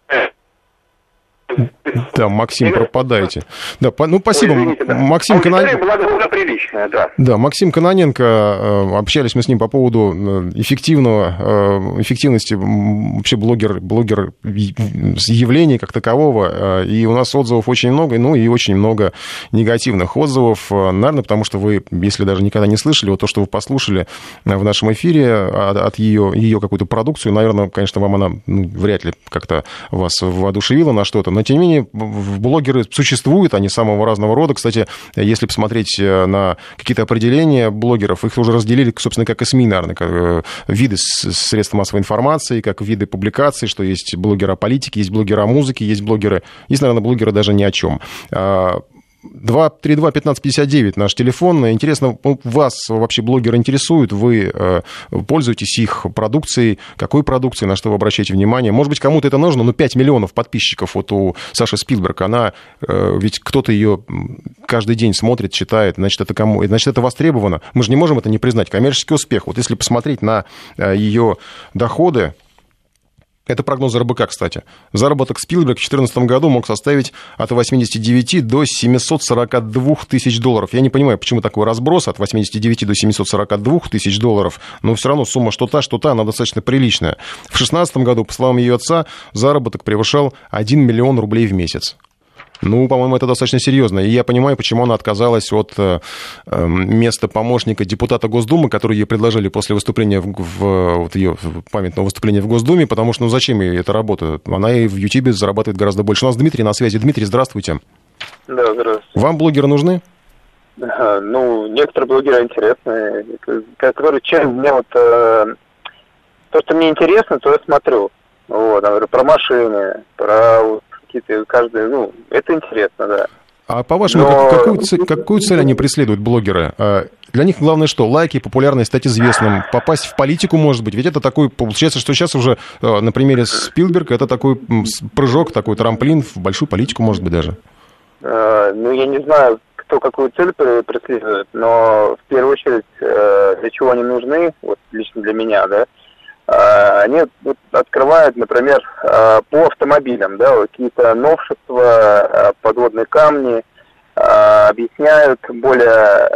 Да, Максим, пропадаете. Да, спасибо. Ой, извините, да. Максим Кононенко была довольно приличная, да. Да, Максим Кононенко, общались мы с ним по поводу эффективности вообще блогер явления как такового. И у нас отзывов очень много, и очень много негативных отзывов. Наверное, потому что вы, если даже никогда не слышали, вот то, что вы послушали в нашем эфире от ее какую-то продукцию, наверное, конечно, вам она вряд ли как-то вас воодушевила на что-то. Но, тем не менее, блогеры существуют, они самого разного рода. Кстати, если посмотреть на какие-то определения блогеров, их уже разделили, собственно, как и СМИ, наверное, как виды средств массовой информации, как виды публикаций, что есть блогеры о политике, есть блогеры о музыке, есть, наверное, блогеры даже ни о чем. 232-1559 наш телефон. Интересно, вас вообще блогеры интересуют? Вы пользуетесь их продукцией? Какой продукцией? На что вы обращаете внимание? Может быть, кому-то это нужно? 5 миллионов подписчиков вот у Саши Спилберг. Она, ведь кто-то ее каждый день смотрит, читает. Значит, это кому? Значит, это востребовано. Мы же не можем это не признать. Коммерческий успех. Вот если посмотреть на ее доходы, Это прогноз РБК, кстати. Заработок Спилберга в 2014 году мог составить от 89 до 742 тысяч долларов. Я не понимаю, почему такой разброс от 89 до 742 тысяч долларов, но все равно сумма что-то, она достаточно приличная. В 2016 году, по словам ее отца, заработок превышал 1 миллион рублей в месяц. Ну, по-моему, это достаточно серьезно. И я понимаю, почему она отказалась от места помощника депутата Госдумы, который ей предложили после выступления ее памятного выступления в Госдуме, потому что, зачем ей эта работа? Она и в Ютьюбе зарабатывает гораздо больше. У нас Дмитрий на связи. Дмитрий, здравствуйте. Да, здравствуйте. Вам блогеры нужны? Некоторые блогеры интересные. Как говорю, часть меня то, что мне интересно, то я смотрю. Про машины, про каждый, это интересно, да. А по-вашему, какую цель они преследуют, блогеры? Для них главное что? Лайки, популярность, стать известным, попасть в политику, может быть. Ведь это такой, получается, что сейчас уже на примере Спилберга это такой прыжок, такой трамплин в большую политику, может быть, даже. Я не знаю, кто какую цель преследует, но в первую очередь, для чего они нужны, лично для меня, да, они открывают, например, по автомобилям, да, какие-то новшества, подводные камни, объясняют более,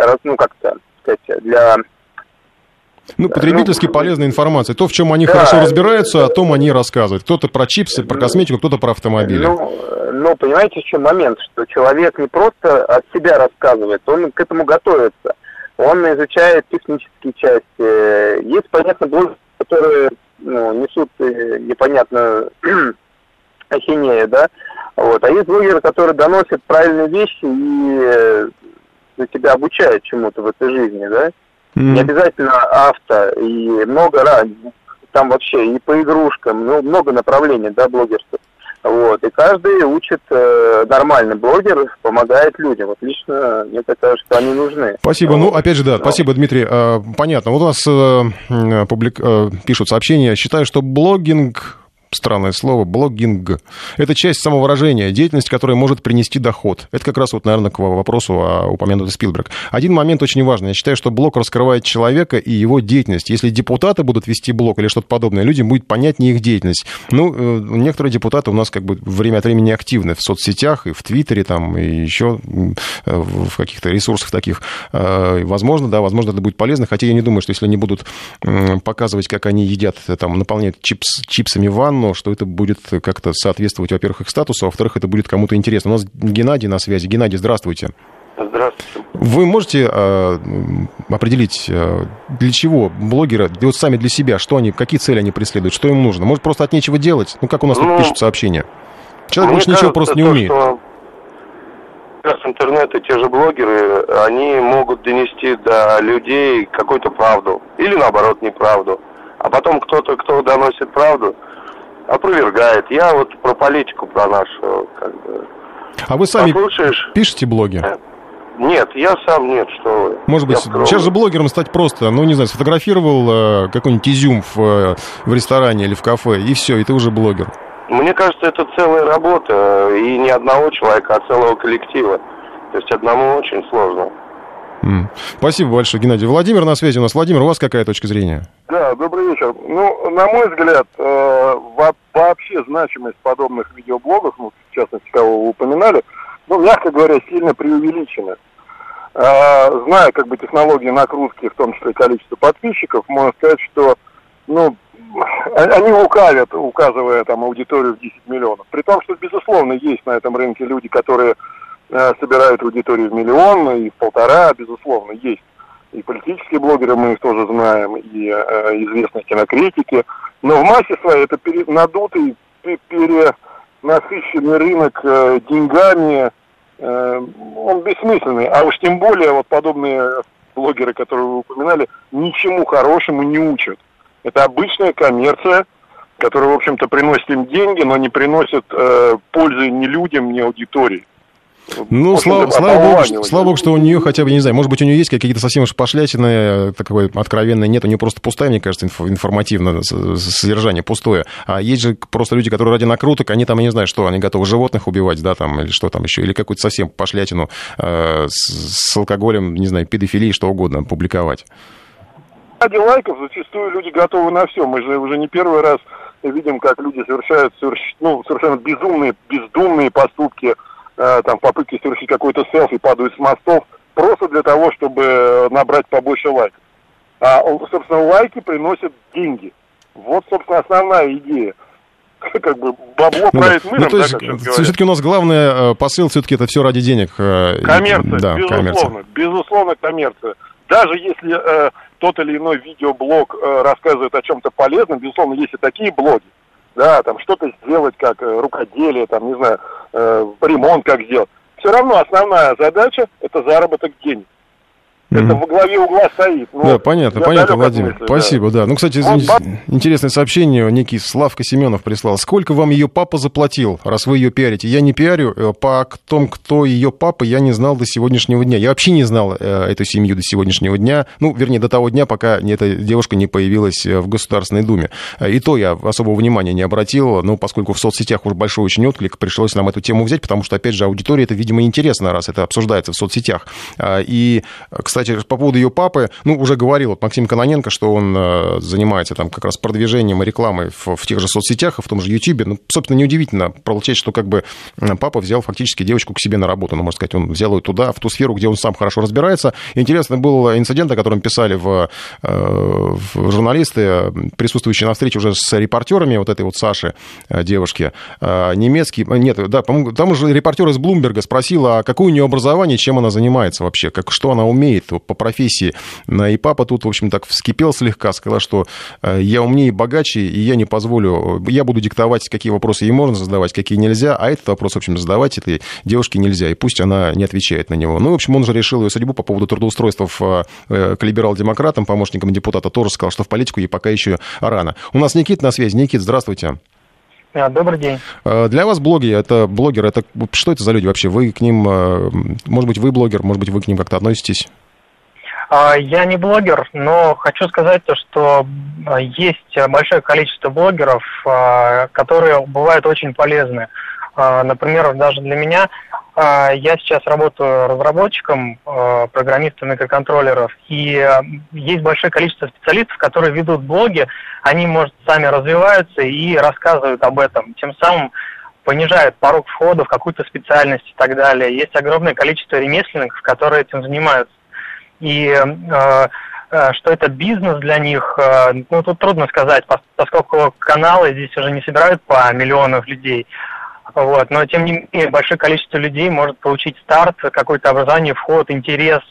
для... потребительски полезная информация. То, в чем они хорошо разбираются, о том они рассказывают. Кто-то про чипсы, про косметику, кто-то про автомобили. Понимаете, в чем момент, что человек не просто от себя рассказывает, он к этому готовится. Он изучает технические части. Есть, понятно, блоги, которые несут непонятно ахинею, да, а есть блогеры, которые доносят правильные вещи и тебя обучают чему-то в этой жизни, да, не обязательно авто, и много раз, там вообще и по игрушкам, много направлений, да, блогерства, и каждый учит, нормальный блогер помогает людям. Лично мне кажется, что они нужны. Спасибо. Опять же, да, спасибо, Дмитрий. Понятно. У нас пишут сообщения. Считаю, что блогинг... Странное слово, блогинг. Это часть самовыражения, деятельность, которая может принести доход. Это как раз, наверное, к вопросу о упомянутый Спилберг. Один момент очень важный. Я считаю, что блог раскрывает человека и его деятельность. Если депутаты будут вести блог или что-то подобное, людям будет понятнее их деятельность. Некоторые депутаты у нас время от времени активны в соцсетях, и в Твиттере, и еще в каких-то ресурсах таких. Возможно, это будет полезно, хотя я не думаю, что если они будут показывать, как они едят, наполняют чипсами ванну, что это будет как-то соответствовать, во-первых, их статусу, а во-вторых, это будет кому-то интересно. У нас Геннадий на связи. Геннадий, здравствуйте. Здравствуйте. Вы можете определить, для чего блогеры, сами для себя, какие цели они преследуют, что им нужно? Может, просто от нечего делать? Как у нас тут пишут сообщения. Человек больше ничего просто не умеет. Сейчас интернет и те же блогеры, они могут донести до людей какую-то правду. Или, наоборот, неправду. А потом кто-то, кто доносит правду, опровергает. Я про политику, про нашу, А вы сами пишете блоги? Нет, я сам нет, что вы. Может быть, сейчас же блогером стать просто, сфотографировал какой-нибудь изюм в ресторане или в кафе, и все, и ты уже блогер. Мне кажется, это целая работа, и не одного человека, а целого коллектива. То есть одному очень сложно. Спасибо большое, Геннадий. Владимир на связи у нас. Владимир, у вас какая точка зрения? Да, добрый вечер. На мой взгляд, вообще значимость подобных видеоблогов, в частности, кого вы упоминали, мягко говоря, сильно преувеличена. Зная технологии накрутки, в том числе количество подписчиков, можно сказать, что они лукавят, указывая аудиторию в 10 миллионов. При том, что, безусловно, есть на этом рынке люди, которые собирают аудиторию в 1 миллион и в 1,5, безусловно, есть. И политические блогеры, мы их тоже знаем, и известные кинокритики. Но в массе своей это надутый, перенасыщенный рынок деньгами, он бессмысленный. А уж тем более подобные блогеры, которые вы упоминали, ничему хорошему не учат. Это обычная коммерция, которая, в общем-то, приносит им деньги, но не приносит пользы ни людям, ни аудитории. Слава богу, что у нее хотя бы, не знаю, может быть, у нее есть какие-то совсем уж пошлятины, такое откровенное нет, у нее просто пустая, мне кажется, информативное содержание, пустое. А есть же просто люди, которые ради накруток, они я не знаю, что, они готовы животных убивать, да, или что там еще, или какую-то совсем пошлятину с алкоголем, не знаю, педофилией, что угодно публиковать. Ради лайков зачастую люди готовы на все. Мы же уже не первый раз видим, как люди совершают совершенно бездумные поступки, там, попытки совершить какой-то селфи, падают с мостов, просто для того, чтобы набрать побольше лайков. А, собственно, лайки приносят деньги. Вот, собственно, основная идея. Как бы бабло правит миром, то есть, все-таки у нас главный посыл, все-таки это все ради денег. Коммерция, да, безусловно, коммерция. Даже если тот или иной видеоблог рассказывает о чем-то полезном, безусловно, есть и такие блоги, да, там что-то сделать, как рукоделие, там, не знаю, ремонт как сделать. Все равно основная задача – это заработок денег. Это во главе угла стоит. Да, понятно, Владимир. Спасибо, да. Ну, кстати, интересное сообщение. Некий Славка Семенов прислал. Сколько вам ее папа заплатил, раз вы ее пиарите? Я не пиарю. По том, кто ее папа, я не знал до сегодняшнего дня. Я вообще не знал эту семью до сегодняшнего дня. Ну, вернее, до того дня, пока эта девушка не появилась в Государственной Думе. И то я особого внимания не обратил. Но поскольку в соцсетях уже большой очень отклик, пришлось нам эту тему взять, потому что, опять же, аудитории это, видимо, интересно, раз это обсуждается в соцсетях. И, кстати, по поводу ее папы, уже говорил Максим Кононенко, что он занимается там как раз продвижением и рекламой в тех же соцсетях, в том же Ютьюбе. Собственно, неудивительно получать, что как бы папа взял фактически девочку к себе на работу. Можно сказать, он взял ее туда, в ту сферу, где он сам хорошо разбирается. Интересно был инцидент, о котором писали в журналисты, присутствующие на встрече уже с репортерами вот этой вот Саши, девушки, немецкий... Нет, да, по-моему, там уже репортер из Блумберга спросил, а какое у нее образование, чем она занимается вообще, что она умеет по профессии. И папа тут, в общем, так вскипел слегка, сказал, что я умнее и богаче, и я не позволю, я буду диктовать, какие вопросы ей можно задавать, какие нельзя, а этот вопрос, в общем, задавать этой девушке нельзя, и пусть она не отвечает на него. Ну, в общем, он же решил ее судьбу по поводу трудоустройства к либерал-демократам, помощникам депутата, тоже сказал, что в политику ей пока еще рано. У нас Никит на связи. Никит, здравствуйте. Добрый день. Для вас блогеры, это что это за люди вообще? Вы к ним, может быть, вы блогер, может быть, вы к ним как-то относитесь? Я не блогер, но хочу сказать то, что есть большое количество блогеров, которые бывают очень полезны. Например, даже для меня, я сейчас работаю разработчиком, программистом микроконтроллеров, и есть большое количество специалистов, которые ведут блоги, они, может, сами развиваются и рассказывают об этом, тем самым понижают порог входа в какую-то специальность и так далее. Есть огромное количество ремесленников, которые этим занимаются. И что это бизнес для них, тут трудно сказать, поскольку каналы здесь уже не собирают по миллионам людей. Вот. Но, тем не менее, большое количество людей может получить старт, какое-то образование, вход, интерес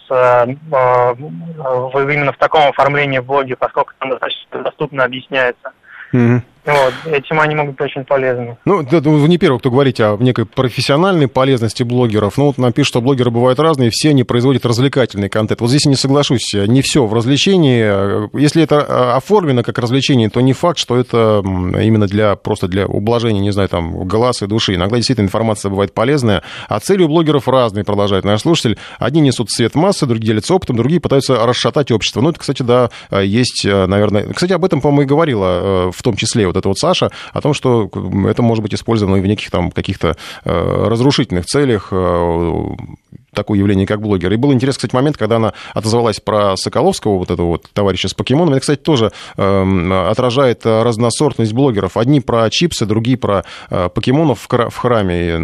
именно в таком оформлении в блоге, поскольку там достаточно доступно объясняется. Mm-hmm. Вот, этим они могут быть очень полезны. Вы не первый, кто говорите о некой профессиональной полезности блогеров. Нам пишут, что блогеры бывают разные, все они производят развлекательный контент. Вот здесь я не соглашусь, не все в развлечении. Если это оформлено как развлечение, то не факт, что это именно просто для ублажения, не знаю, там, глаз и души. Иногда действительно информация бывает полезная, а цели у блогеров разные, продолжает наш слушатель. Одни несут свет массы, другие делятся опытом, другие пытаются расшатать общество. Это, кстати, да, есть, наверное... Кстати, об этом, по-моему, и говорила в том числе вот эта вот Саша, о том, что это может быть использовано и в неких там каких-то разрушительных целях, такое явление, как блогер. И был интересный, кстати, момент, когда она отозвалась про Соколовского, вот этого вот товарища с покемоном. Это, кстати, тоже отражает разносортность блогеров. Одни про чипсы, другие про покемонов в храме.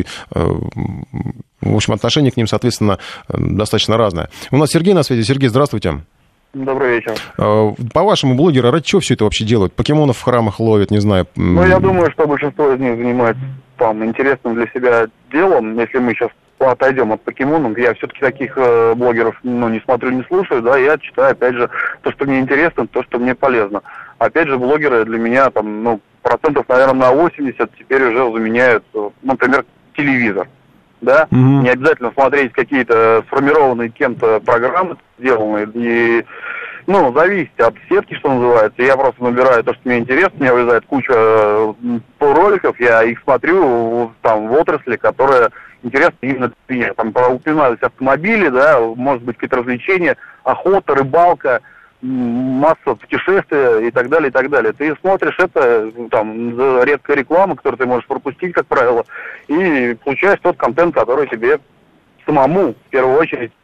В общем, отношение к ним, соответственно, достаточно разное. У нас Сергей на связи. Сергей, здравствуйте. Добрый вечер. По-вашему, блогеры ради чего все это вообще делают? Покемонов в храмах ловят, не знаю. Я думаю, что большинство из них занимается интересным для себя делом. Если мы сейчас отойдем от покемонов, я все-таки таких блогеров не смотрю, не слушаю, да, я читаю, опять же, то, что мне интересно, то, что мне полезно. Опять же, блогеры для меня процентов, наверное, на 80 теперь уже заменяют, например, телевизор. Да, не обязательно смотреть какие-то сформированные кем-то программы сделанные, и, зависит от сетки, что называется. Я просто набираю то, что мне интересно, мне вылезает куча роликов, я их смотрю в отрасли, которая интересна именно для меня. Там упоминались автомобили, да, может быть, какие-то развлечения, охота, рыбалка, масса путешествия и так далее, и так далее. Ты смотришь это, редкая реклама, которую ты можешь пропустить, как правило, и получаешь тот контент, который тебе самому, в первую очередь,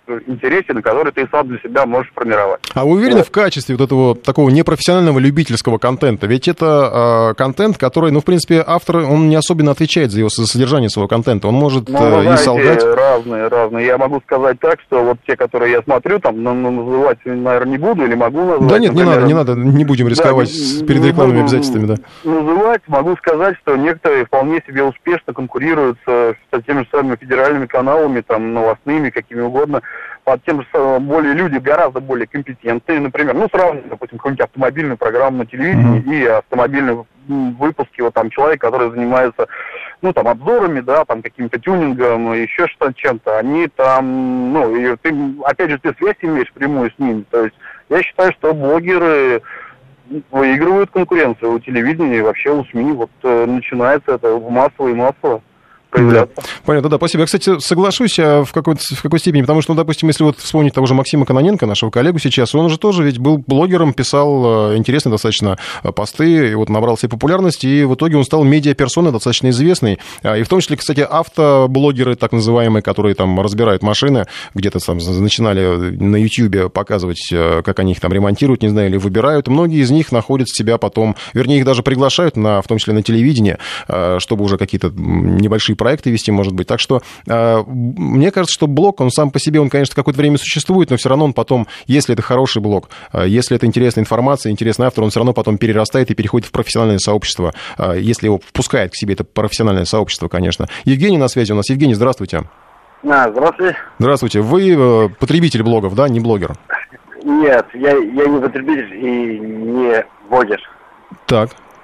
интересен, и который ты сам для себя можешь формировать. А вы уверены в качестве вот этого такого непрофессионального любительского контента? Ведь это контент, который, ну, в принципе, автор, он не особенно отвечает за содержание своего контента. Он может и солгать. Разные. Я могу сказать так, что вот те, которые я смотрю, там, называть, наверное, не буду или могу назвать. Да нет, например, не надо, не будем рисковать перед рекламными обязательствами, да. Называть, могу сказать, что некоторые вполне себе успешно конкурируют с теми же самыми федеральными каналами, там, новостными, какими угодно, под тем же более люди гораздо более компетентные, например, ну, сравнивать, допустим, какую-нибудь автомобильную программу на телевидении и автомобильные выпуски, вот там человек, который занимается, ну, там, обзорами, да, там, каким-то тюнингом, еще что-то, чем-то, они там, ну, и ты, опять же, ты связь имеешь прямую с ними, то есть я считаю, что блогеры выигрывают конкуренцию у телевидения и вообще у СМИ, вот начинается это массово и массово появляться. Да. Понятно, да, спасибо. Я, кстати, соглашусь в какой степени, потому что, ну, допустим, если вот вспомнить того же Максима Кононенко, нашего коллегу сейчас, он же тоже ведь был блогером, писал интересные достаточно посты, и вот набрал себе популярность, и в итоге он стал медиаперсоной достаточно известной. И в том числе, кстати, автоблогеры, так называемые, которые там разбирают машины, где-то там начинали на Ютьюбе показывать, как они их там ремонтируют, не знаю, или выбирают. Многие из них находят себя потом, вернее, их даже приглашают, в том числе на телевидение, чтобы уже какие-то небольшие проекты вести, может быть. Так что мне кажется, что блог, он сам по себе, он, конечно, какое-то время существует, но все равно он потом, если это хороший блог, если это интересная информация, интересный автор, он все равно потом перерастает и переходит в профессиональное сообщество, если его впускает к себе это профессиональное сообщество, конечно. Евгений на связи у нас. Евгений, здравствуйте. Здравствуйте. Здравствуйте. Вы потребитель блогов, да, не блогер? Нет, я не потребитель и не блогер. Так.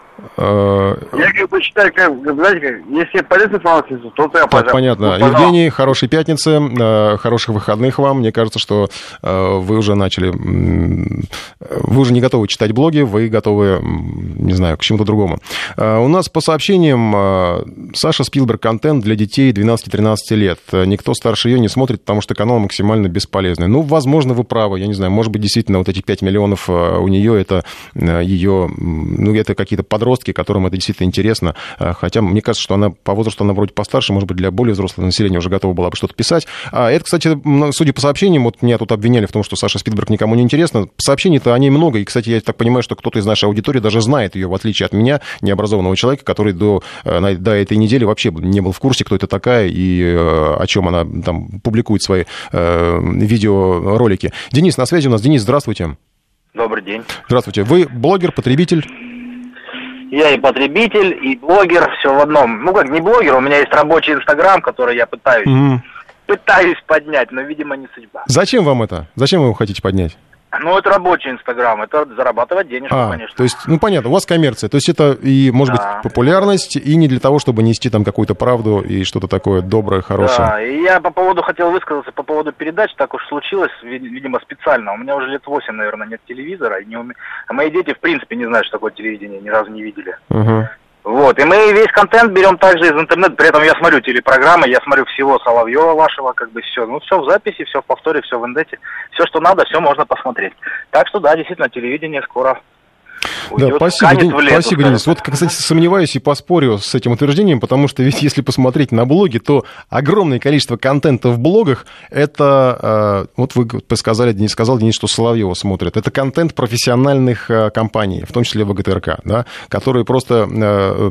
Я как бы считаю, знаете, если полезная информация, то я, пожалуйста. Так, понятно. Евгений, хорошей пятницы, хороших выходных вам. Мне кажется, что вы уже не готовы читать блоги, вы готовы, не знаю, к чему-то другому. У нас по сообщениям Саша Спилберг контент для детей 12-13 лет. Никто старше ее не смотрит, потому что канал максимально бесполезный. Ну, возможно, вы правы, я не знаю, может быть, действительно, вот этих 5 миллионов у нее это ее, ну, это какие-то подростки, которым это действительно интересно, хотя мне кажется, что она по возрасту, она вроде постарше, может быть, для более взрослого населения уже готова была бы что-то писать. Это, кстати, судя по сообщениям, вот меня тут обвиняли в том, что Саша Спилберг никому не интересно. Сообщений-то о ней много, и, кстати, я так понимаю, что кто-то из нашей аудитории даже знает ее, в отличие от меня, необразованного человека, который до этой недели вообще не был в курсе, кто это такая и о чем она там публикует свои видеоролики. Денис на связи у нас. Денис, здравствуйте. Добрый день. Здравствуйте. Вы блогер, потребитель? Я и потребитель, и блогер, все в одном. Ну как, не блогер, у меня есть рабочий Инстаграм, который я пытаюсь поднять, но, видимо, не судьба. Зачем вам это? Зачем вы его хотите поднять? Ну, это рабочий Инстаграм, это зарабатывать денежку, конечно. То есть, ну, понятно, у вас коммерция, то есть это и, может быть, популярность, и не для того, чтобы нести там какую-то правду и что-то такое доброе, хорошее. Да, и я хотел высказаться по поводу передач, так уж случилось, видимо, специально. У меня уже лет 8, наверное, нет телевизора, а мои дети, в принципе, не знают, что такое телевидение, ни разу не видели. Вот, и мы весь контент берем также из интернета, при этом я смотрю телепрограммы, я смотрю всего Соловьева вашего, как бы все, ну все в записи, все в повторе, все в индете, все, что надо, все можно посмотреть. Так что да, действительно, телевидение скоро уйдет, да, спасибо, Денис. Вот, кстати, сомневаюсь и поспорю с этим утверждением, потому что ведь если посмотреть на блоги, то огромное количество контента в блогах, это, вот вы сказали, Денис, что Соловьева смотрят, это контент профессиональных компаний, в том числе ВГТРК, да, которые просто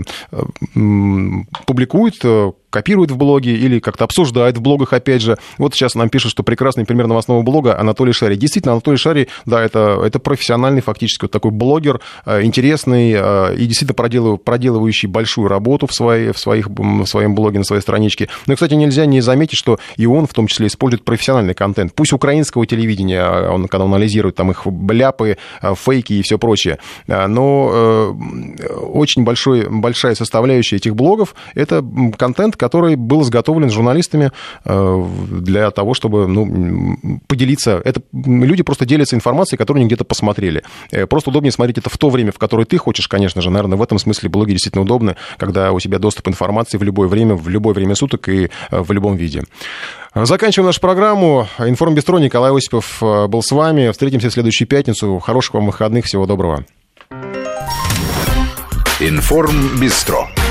публикуют, копируют в блоге или как-то обсуждают в блогах, опять же. Вот сейчас нам пишут, что прекрасный пример новостного блога Анатолий Шарий. Действительно, Анатолий Шарий, да, это профессиональный фактически вот такой блогер, интересный и действительно проделывающий большую работу в своем блоге, на своей страничке. Но, кстати, нельзя не заметить, что и он в том числе использует профессиональный контент. Пусть украинского телевидения, когда он анализирует там их ляпы, фейки и все прочее, но очень большая составляющая этих блогов — это контент, который был изготовлен журналистами для того, чтобы поделиться. Люди просто делятся информацией, которую они где-то посмотрели. Просто удобнее смотреть это в то время, в которое ты хочешь, конечно же. Наверное, в этом смысле блоги действительно удобны, когда у тебя доступ к информации в любое время суток и в любом виде. Заканчиваем нашу программу. Информбистро, Николай Осипов был с вами. Встретимся в следующую пятницу. Хороших вам выходных. Всего доброго. Информбистро.